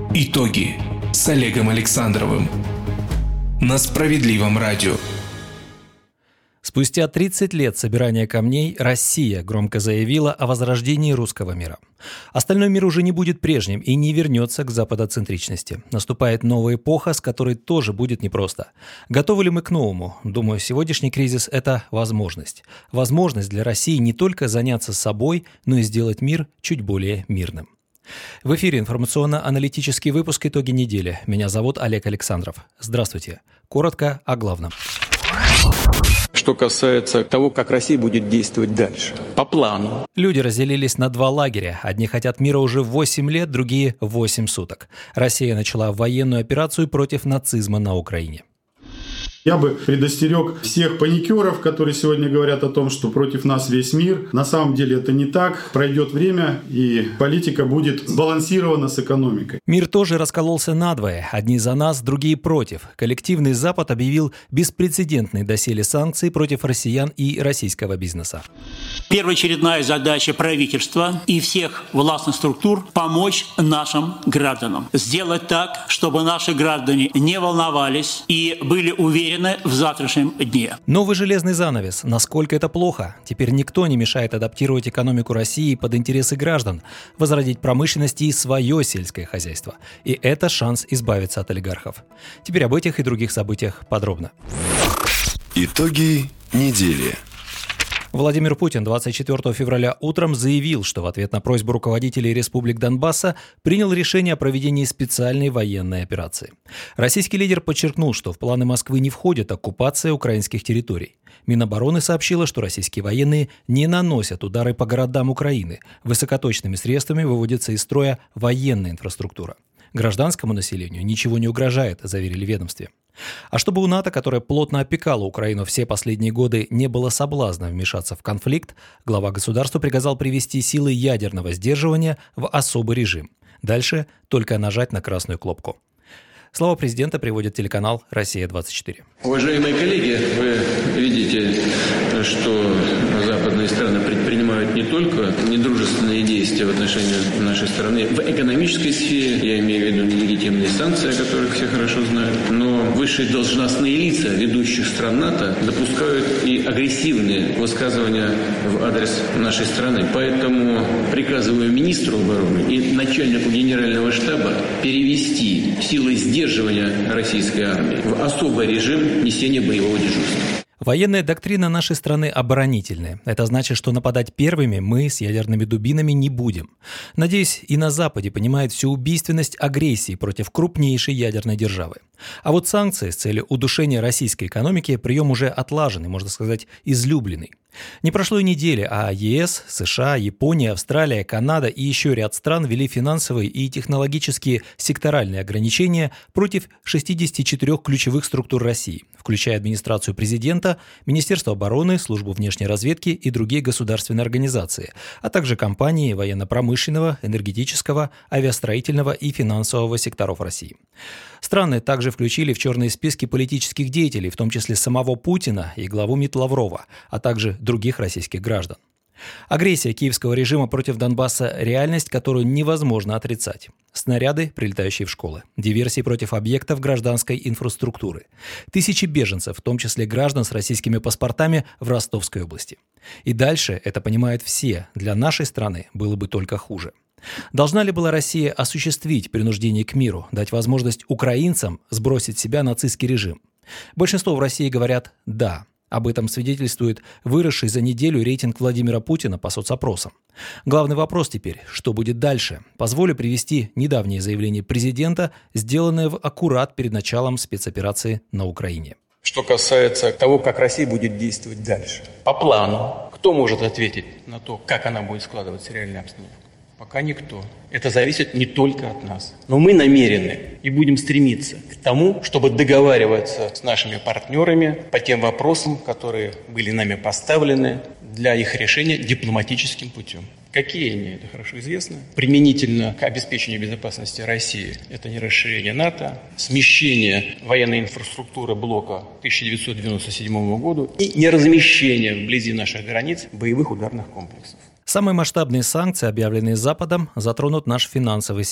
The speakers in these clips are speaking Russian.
Итоги с Олегом Александровым на Справедливом радио. Спустя 30 лет собирания камней Россия громко заявила о возрождении русского мира. Остальной мир уже не будет прежним и не вернется к западоцентричности. Наступает новая эпоха, с которой тоже будет непросто. Готовы ли мы к новому? Думаю, сегодняшний кризис – это возможность. Возможность для России не только заняться собой, но и сделать мир чуть более мирным. В эфире информационно-аналитический выпуск «Итоги недели». Меня зовут Олег Александров. Здравствуйте. Коротко о главном. Что касается того, как Россия будет действовать дальше. По плану. Люди разделились на два лагеря. Одни хотят мира уже 8 лет, другие – 8 суток. Россия начала военную операцию против нацизма на Украине. Я бы предостерег всех паникеров, которые сегодня говорят о том, что против нас весь мир. На самом деле это не так. Пройдет время, и политика будет сбалансирована с экономикой. Мир тоже раскололся надвое. Одни за нас, другие против. Коллективный Запад объявил беспрецедентные доселе санкции против россиян и российского бизнеса. Первоочередная задача правительства и всех властных структур – помочь нашим гражданам. Сделать так, чтобы наши граждане не волновались и были уверены в завтрашнем дне. Новый железный занавес. Насколько это плохо? Теперь никто не мешает адаптировать экономику России под интересы граждан, возродить промышленность и свое сельское хозяйство. И это шанс избавиться от олигархов. Теперь об этих и других событиях подробно. Итоги недели. Владимир Путин 24 февраля утром заявил, что в ответ на просьбу руководителей республик Донбасса принял решение о проведении специальной военной операции. Российский лидер подчеркнул, что в планы Москвы не входит оккупация украинских территорий. Минобороны сообщила, что российские военные не наносят удары по городам Украины. Высокоточными средствами выводится из строя военная инфраструктура. Гражданскому населению ничего не угрожает, заверили в ведомстве. А чтобы у НАТО, которая плотно опекала Украину все последние годы, не было соблазна вмешаться в конфликт, глава государства приказал привести силы ядерного сдерживания в особый режим. Дальше только нажать на красную кнопку. Слова президента приводит телеканал «Россия-24». Уважаемые коллеги, вы видите, что западные страны предпринимают не только недружественные действия в отношении нашей страны в экономической сфере, я имею в виду нелегитимные санкции, о которых все хорошо знают, но высшие должностные лица ведущих стран НАТО допускают и агрессивные высказывания в адрес нашей страны. Поэтому приказываю министру обороны и начальнику генерального штаба перевести силы сдерживания российской армии в особый режим несения боевого дежурства. Военная доктрина нашей страны оборонительная. Это значит, что нападать первыми мы с ядерными дубинами не будем. Надеюсь, и на Западе понимают всю убийственность агрессии против крупнейшей ядерной державы. А вот санкции с целью удушения российской экономики прием уже отлаженный, можно сказать, излюбленный. Не прошло и недели, а ЕС, США, Япония, Австралия, Канада и еще ряд стран ввели финансовые и технологические секторальные ограничения против 64 ключевых структур России, включая администрацию президента, Министерство обороны, Службу внешней разведки и другие государственные организации, а также компании военно-промышленного, энергетического, авиастроительного и финансового секторов России. Страны также включили в черные списки политических деятелей, в том числе самого Путина и главу МИД Лаврова, а также других российских граждан. Агрессия киевского режима против Донбасса – реальность, которую невозможно отрицать. Снаряды, прилетающие в школы, диверсии против объектов гражданской инфраструктуры, тысячи беженцев, в том числе граждан с российскими паспортами в Ростовской области. И дальше это понимают все, для нашей страны было бы только хуже. Должна ли была Россия осуществить принуждение к миру, дать возможность украинцам сбросить с себя нацистский режим? Большинство в России говорят «да». Об этом свидетельствует выросший за неделю рейтинг Владимира Путина по соцопросам. Главный вопрос теперь – что будет дальше? Позволю привести недавнее заявление президента, сделанное аккурат перед началом спецоперации на Украине. Что касается того, как Россия будет действовать дальше. По плану, кто может ответить на то, как она будет складываться реальная обстановка? Пока никто. Это зависит не только от нас. Но мы намерены и будем стремиться к тому, чтобы договариваться с нашими партнерами по тем вопросам, которые были нами поставлены, для их решения дипломатическим путем. Какие они, это хорошо известно. Применительно к обеспечению безопасности России это не расширение НАТО, смещение военной инфраструктуры блока 1997 года и не размещение вблизи наших границ боевых ударных комплексов. Самые масштабные санкции, объявленные Западом, затронут наш финансовый сектор.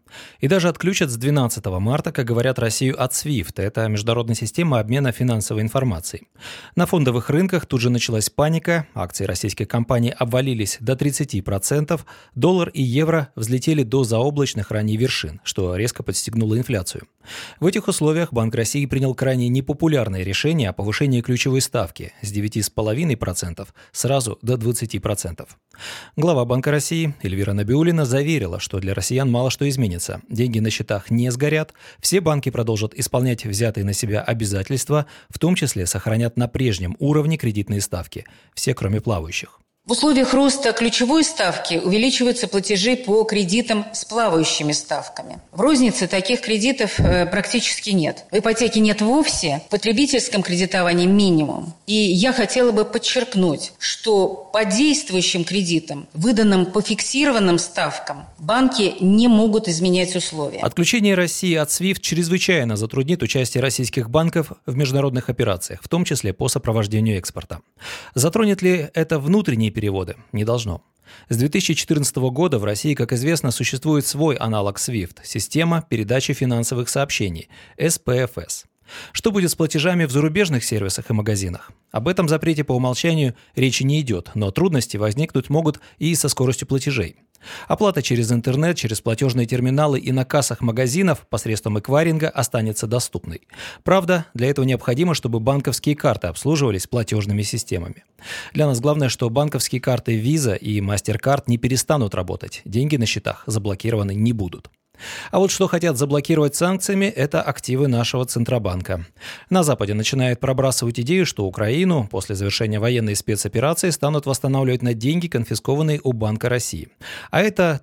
И даже отключат с 12 марта, как говорят, Россию от SWIFT. Это международная система обмена финансовой информацией. На фондовых рынках тут же началась паника, акции российских компаний обвалились до 30%, доллар и евро взлетели до заоблачных ранее вершин, что резко подстегнуло инфляцию. В этих условиях Банк России принял крайне непопулярное решение о повышении ключевой ставки с 9,5% сразу до 20%. Глава Банка России Эльвира Набиуллина заверила, что для россиян мало что изменится. Деньги на счетах не сгорят, все банки продолжат исполнять взятые на себя обязательства, в том числе сохранят на прежнем уровне кредитные ставки, все кроме плавающих. В условиях роста ключевой ставки увеличиваются платежи по кредитам с плавающими ставками. В рознице таких кредитов практически нет. В ипотеке нет вовсе, в потребительском кредитовании минимум. И я хотела бы подчеркнуть, что по действующим кредитам, выданным по фиксированным ставкам, банки не могут изменять условия. Отключение России от SWIFT чрезвычайно затруднит участие российских банков в международных операциях, в том числе по сопровождению экспорта. Затронет ли это внутренние переводы? Не должно. С 2014 года в России, как известно, существует свой аналог SWIFT – система передачи финансовых сообщений – СПФС. Что будет с платежами в зарубежных сервисах и магазинах? Об этом запрете по умолчанию речи не идет, но трудности возникнуть могут и со скоростью платежей. Оплата через интернет, через платежные терминалы и на кассах магазинов посредством эквайринга останется доступной. Правда, для этого необходимо, чтобы банковские карты обслуживались платежными системами. Для нас главное, что банковские карты Visa и MasterCard не перестанут работать, деньги на счетах заблокированы не будут. А вот что хотят заблокировать санкциями – это активы нашего Центробанка. На Западе начинают пробрасывать идею, что Украину после завершения военной спецоперации станут восстанавливать на деньги, конфискованные у Банка России. А это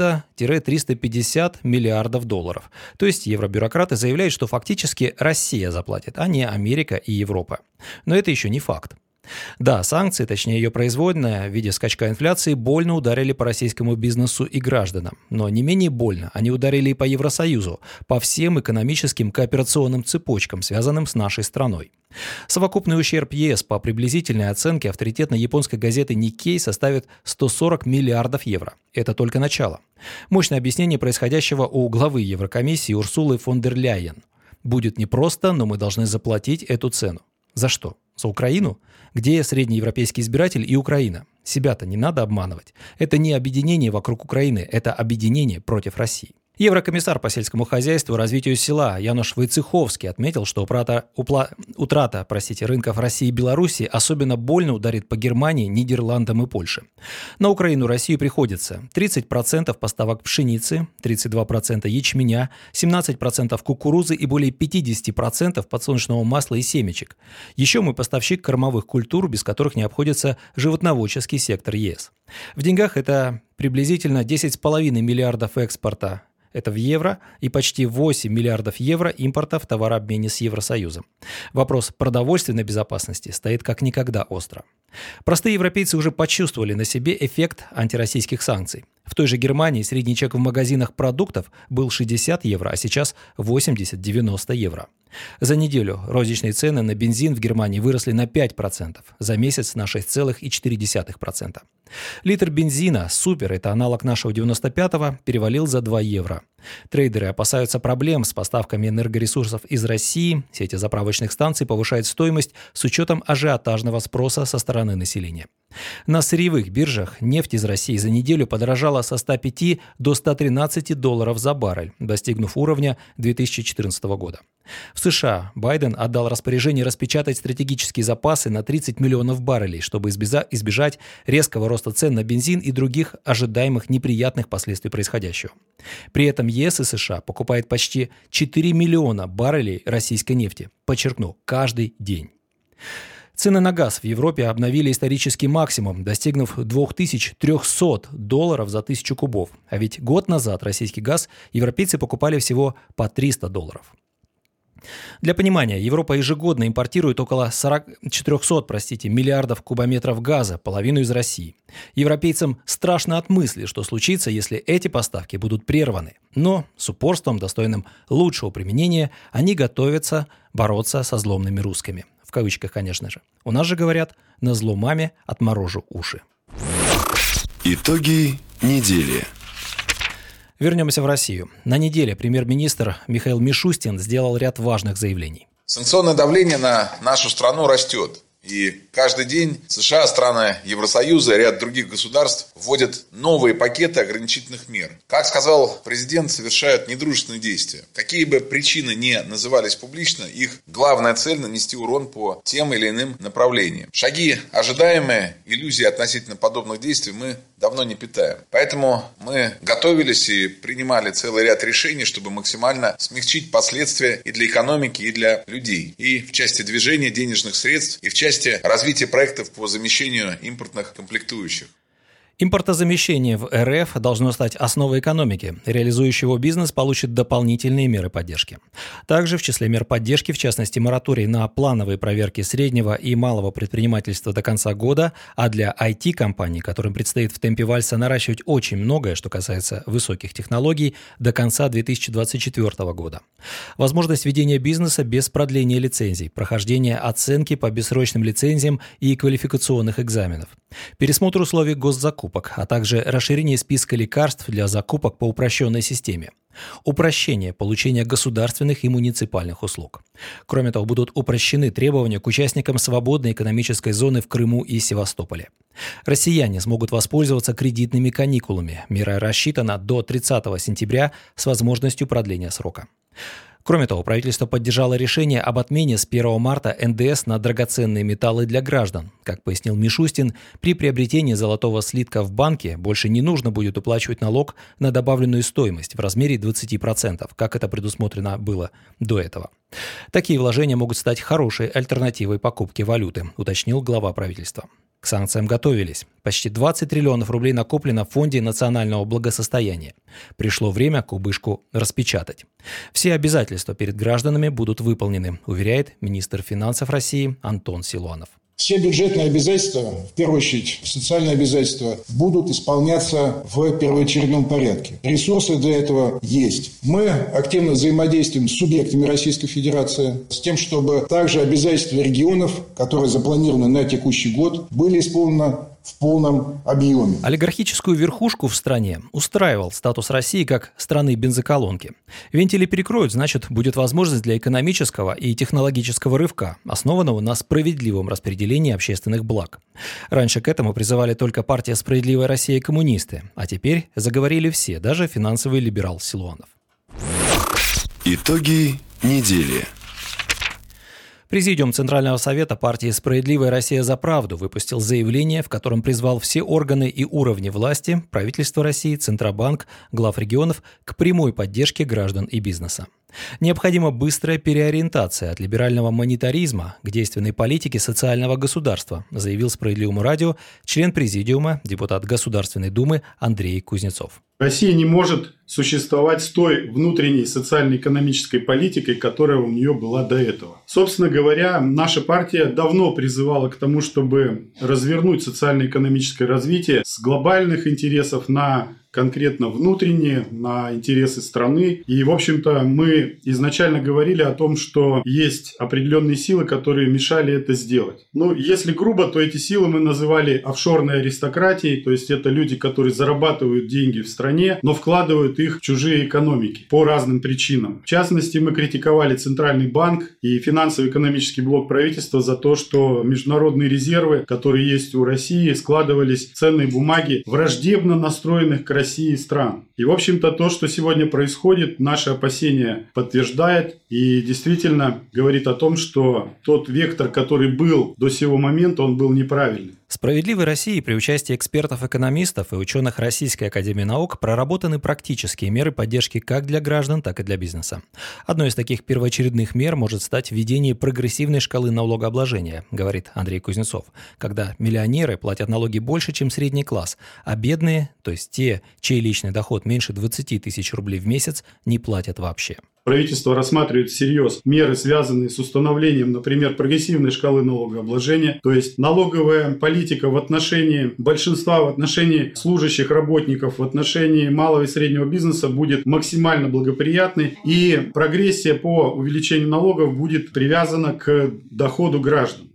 300-350 миллиардов долларов. То есть евробюрократы заявляют, что фактически Россия заплатит, а не Америка и Европа. Но это еще не факт. Да, санкции, точнее ее производная в виде скачка инфляции, больно ударили по российскому бизнесу и гражданам. Но не менее больно они ударили и по Евросоюзу, по всем экономическим кооперационным цепочкам, связанным с нашей страной. Совокупный ущерб ЕС по приблизительной оценке авторитетной японской газеты Nikkei составит 140 миллиардов евро. Это только начало. Мощное объяснение происходящего у главы Еврокомиссии Урсулы фон дер Ляйен. Будет непросто, но мы должны заплатить эту цену. За что? За Украину? Где среднеевропейский избиратель и Украина? Себя-то не надо обманывать. Это не объединение вокруг Украины, это объединение против России. Еврокомиссар по сельскому хозяйству и развитию села Януш Войцеховский отметил, что утрата рынков России и Белоруссии особенно больно ударит по Германии, Нидерландам и Польше. На Украину Россию приходится 30% поставок пшеницы, 32% ячменя, 17% кукурузы и более 50% подсолнечного масла и семечек. Еще мы поставщик кормовых культур, без которых не обходится животноводческий сектор ЕС. В деньгах это приблизительно 10,5 миллиардов экспорта. Это в евро, и почти 8 миллиардов евро импорта в товарообмене с Евросоюзом. Вопрос продовольственной безопасности стоит как никогда остро. Простые европейцы уже почувствовали на себе эффект антироссийских санкций. В той же Германии средний чек в магазинах продуктов был 60 евро, а сейчас 80-90 евро. За неделю розничные цены на бензин в Германии выросли на 5%, за месяц на 6,4%. Литр бензина «Супер» — это аналог нашего 95-го, перевалил за 2 евро. Трейдеры опасаются проблем с поставками энергоресурсов из России. Сети заправочных станций повышают стоимость с учетом ажиотажного спроса со стороны населения. На сырьевых биржах нефть из России за неделю подорожала со 105 до 113 долларов за баррель, достигнув уровня 2014 года. В США Байден отдал распоряжение распечатать стратегические запасы на 30 миллионов баррелей, чтобы избежать резкого роста цен на бензин и других ожидаемых неприятных последствий происходящего. При этом ЕС и США покупают почти 4 миллиона баррелей российской нефти. Подчеркну, каждый день. Цены на газ в Европе обновили исторический максимум, достигнув 2300 долларов за 1000 кубов. А ведь год назад российский газ европейцы покупали всего по 300 долларов. Для понимания, Европа ежегодно импортирует около 400 миллиардов кубометров газа, половину из России. Европейцам страшно от мысли, что случится, если эти поставки будут прерваны. Но с упорством, достойным лучшего применения, они готовятся бороться со злобными русскими. В кавычках, конечно же. У нас же говорят: «На маме отморожу уши». Итоги недели. Вернемся в Россию. На неделе премьер-министр Михаил Мишустин сделал ряд важных заявлений. Санкционное давление на нашу страну растет. И каждый день США, страны Евросоюза и ряд других государств вводят новые пакеты ограничительных мер. Как сказал президент, совершают недружественные действия. Какие бы причины ни назывались публично, их главная цель – нанести урон по тем или иным направлениям. Шаги ожидаемые, иллюзии относительно подобных действий мы давно не питаем. Поэтому мы готовились и принимали целый ряд решений, чтобы максимально смягчить последствия и для экономики, и для людей. И в части движения денежных средств, и в части развития проектов по замещению импортных комплектующих. Импортозамещение в РФ должно стать основой экономики. Реализующий его бизнес получит дополнительные меры поддержки. Также в числе мер поддержки, в частности, мораторий на плановые проверки среднего и малого предпринимательства до конца года, а для IT-компаний, которым предстоит в темпе вальса наращивать очень многое, что касается высоких технологий, до конца 2024 года. Возможность ведения бизнеса без продления лицензий, прохождения оценки по бессрочным лицензиям и квалификационных экзаменов. Пересмотр условий госзакупок, а также расширение списка лекарств для закупок по упрощенной системе. Упрощение получения государственных и муниципальных услуг. Кроме того, будут упрощены требования к участникам свободной экономической зоны в Крыму и Севастополе. Россияне смогут воспользоваться кредитными каникулами. Мера рассчитана до 30 сентября с возможностью продления срока. Кроме того, правительство поддержало решение об отмене с 1 марта НДС на драгоценные металлы для граждан. Как пояснил Мишустин, при приобретении золотого слитка в банке больше не нужно будет уплачивать налог на добавленную стоимость в размере 20%, как это предусмотрено было до этого. Такие вложения могут стать хорошей альтернативой покупке валюты, уточнил глава правительства. К санкциям готовились. Почти 20 триллионов рублей накоплено в Фонде национального благосостояния. Пришло время кубышку распечатать. Все обязательства перед гражданами будут выполнены, уверяет министр финансов России Антон Силуанов. Все бюджетные обязательства, в первую очередь социальные обязательства, будут исполняться в первоочередном порядке. Ресурсы для этого есть. Мы активно взаимодействуем с субъектами Российской Федерации с тем, чтобы также обязательства регионов, которые запланированы на текущий год, были исполнены в полном объеме. Олигархическую верхушку в стране устраивал статус России как страны-бензоколонки. Вентили перекроют, значит, будет возможность для экономического и технологического рывка, основанного на справедливом распределении общественных благ. Раньше к этому призывали только партия «Справедливая Россия» и коммунисты, а теперь заговорили все, даже финансовый либерал Силуанов. Итоги недели. Президиум Центрального совета партии «Справедливая Россия за правду» выпустил заявление, в котором призвал все органы и уровни власти, правительство России, Центробанк, глав регионов к прямой поддержке граждан и бизнеса. Необходима быстрая переориентация от либерального монетаризма к действенной политике социального государства, заявил «Справедливому радио» член президиума, депутат Государственной Думы Андрей Кузнецов. Россия не может существовать с той внутренней социально-экономической политикой, которая у нее была до этого. Собственно говоря, наша партия давно призывала к тому, чтобы развернуть социально-экономическое развитие с глобальных интересов на конкретно внутренние, на интересы страны. И, в общем-то, мы изначально говорили о том, что есть определенные силы, которые мешали это сделать. Ну, если грубо, то эти силы мы называли офшорной аристократией, то есть это люди, которые зарабатывают деньги в стране, но вкладывают их в чужие экономики по разным причинам. В частности, мы критиковали Центральный банк и финансово-экономический блок правительства за то, что международные резервы, которые есть у России, складывались в ценные бумаги враждебно настроенных к России стран. И, в общем-то, то, что сегодня происходит, наши опасения подтверждает и действительно говорит о том, что тот вектор, который был до сего момента, он был неправильный. В «Справедливой России» при участии экспертов-экономистов и ученых Российской академии наук проработаны практические меры поддержки как для граждан, так и для бизнеса. Одной из таких первоочередных мер может стать введение прогрессивной шкалы налогообложения, говорит Андрей Кузнецов, когда миллионеры платят налоги больше, чем средний класс, а бедные, то есть те, чей личный доход меньше 20 тысяч рублей в месяц, не платят вообще. Правительство рассматривает всерьез меры, связанные с установлением, например, прогрессивной шкалы налогообложения, то есть налоговая политика в отношении большинства, в отношении служащих, работников, в отношении малого и среднего бизнеса будет максимально благоприятной, и прогрессия по увеличению налогов будет привязана к доходу граждан.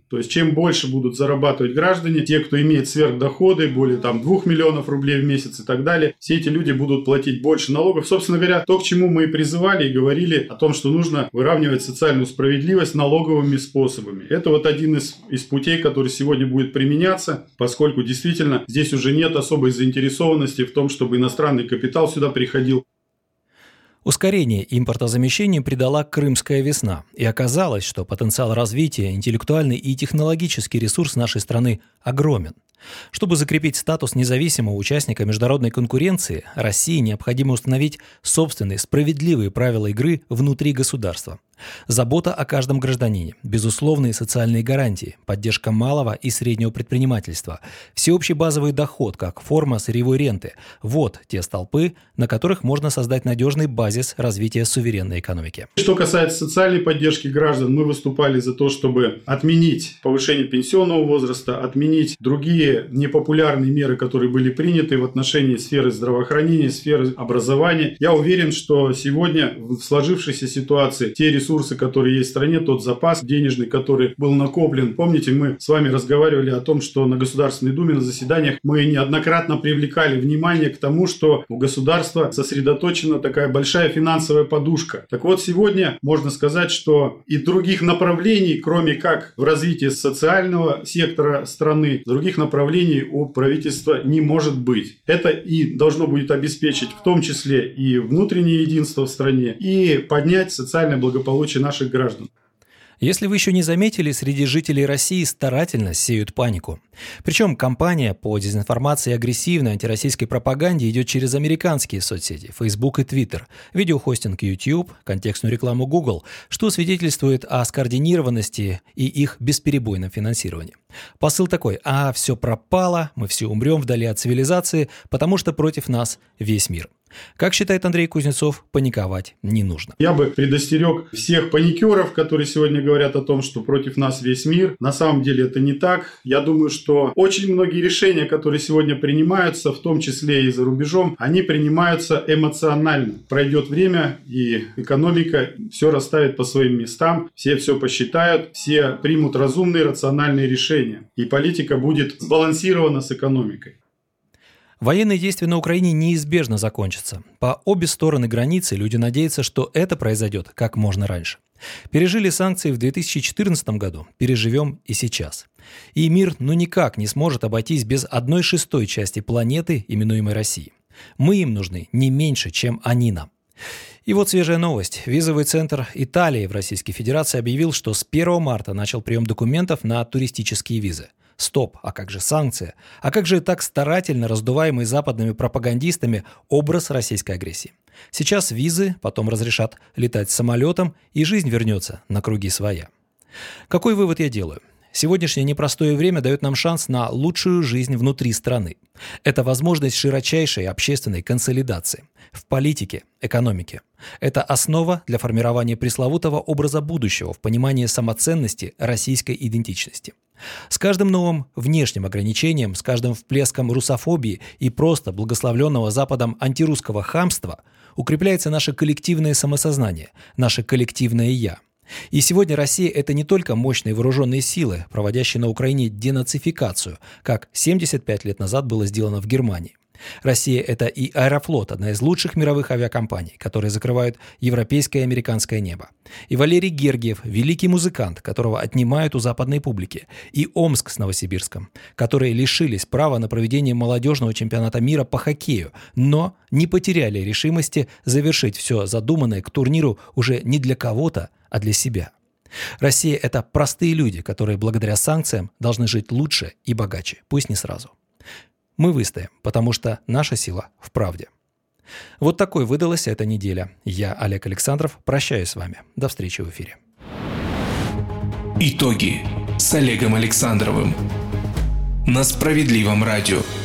То есть, чем больше будут зарабатывать граждане, те, кто имеет сверхдоходы, более 2 миллионов рублей в месяц и так далее, все эти люди будут платить больше налогов. Собственно говоря, то, к чему мы и призывали и говорили о том, что нужно выравнивать социальную справедливость налоговыми способами. Это вот один из путей, который сегодня будет применяться, поскольку действительно здесь уже нет особой заинтересованности в том, чтобы иностранный капитал сюда приходил. Ускорение импортозамещения придала Крымская весна, и оказалось, что потенциал развития, интеллектуальный и технологический ресурс нашей страны огромен. Чтобы закрепить статус независимого участника международной конкуренции, России необходимо установить собственные справедливые правила игры внутри государства. Забота о каждом гражданине, безусловные социальные гарантии, поддержка малого и среднего предпринимательства, всеобщий базовый доход как форма сырьевой ренты – вот те столпы, на которых можно создать надежный базис развития суверенной экономики. Что касается социальной поддержки граждан, мы выступали за то, чтобы отменить повышение пенсионного возраста, отменить другие непопулярные меры, которые были приняты в отношении сферы здравоохранения, сферы образования. Я уверен, что сегодня в сложившейся ситуации те ресурсы, которые есть в стране, тот запас денежный, который был накоплен. Помните, мы с вами разговаривали о том, что на Государственной Думе на заседаниях мы неоднократно привлекали внимание к тому, что у государства сосредоточена такая большая финансовая подушка. Так вот, сегодня можно сказать, что и других направлений, кроме как в развитии социального сектора страны, других направлений у правительства не может быть. Это и должно будет обеспечить в том числе и внутреннее единство в стране, и поднять социальное благополучие наших граждан. Если вы еще не заметили, среди жителей России старательно сеют панику. Причем кампания по дезинформации и агрессивной антироссийской пропаганде идет через американские соцсети, Facebook и Twitter, видеохостинг YouTube, контекстную рекламу Google, что свидетельствует о скоординированности и их бесперебойном финансировании. Посыл такой: все пропало, мы все умрем вдали от цивилизации, потому что против нас весь мир. Как считает Андрей Кузнецов, паниковать не нужно. Я бы предостерег всех паникеров, которые сегодня говорят о том, что против нас весь мир. На самом деле это не так. Я думаю, что очень многие решения, которые сегодня принимаются, в том числе и за рубежом, они принимаются эмоционально. Пройдет время, и экономика все расставит по своим местам, все посчитают, все примут разумные, рациональные решения. И политика будет сбалансирована с экономикой. Военные действия на Украине неизбежно закончатся. По обе стороны границы люди надеются, что это произойдет как можно раньше. Пережили санкции в 2014 году, переживем и сейчас. И мир никак не сможет обойтись без 1/6 части планеты, именуемой Россией. Мы им нужны не меньше, чем они нам. И вот свежая новость. Визовый центр Италии в Российской Федерации объявил, что с 1 марта начал прием документов на туристические визы. Стоп, а как же санкции? А как же так старательно раздуваемый западными пропагандистами образ российской агрессии? Сейчас визы, потом разрешат летать самолетом, и жизнь вернется на круги своя. Какой вывод я делаю? Сегодняшнее непростое время дает нам шанс на лучшую жизнь внутри страны. Это возможность широчайшей общественной консолидации в политике, экономике. Это основа для формирования пресловутого образа будущего в понимании самоценности российской идентичности. С каждым новым внешним ограничением, с каждым всплеском русофобии и просто благословленного Западом антирусского хамства укрепляется наше коллективное самосознание, наше коллективное «я». И сегодня Россия – это не только мощные вооруженные силы, проводящие на Украине денацификацию, как 75 лет назад было сделано в Германии. Россия – это и Аэрофлот, одна из лучших мировых авиакомпаний, которые закрывают европейское и американское небо. И Валерий Гергиев – великий музыкант, которого отнимают у западной публики. И Омск с Новосибирском, которые лишились права на проведение молодежного чемпионата мира по хоккею, но не потеряли решимости завершить все задуманное к турниру уже не для кого-то, а для себя. Россия – это простые люди, которые благодаря санкциям должны жить лучше и богаче, пусть не сразу. Мы выстоим, потому что наша сила в правде. Вот такой выдалась эта неделя. Я, Олег Александров, прощаюсь с вами. До встречи в эфире. Итоги с Олегом Александровым на Справедливом радио.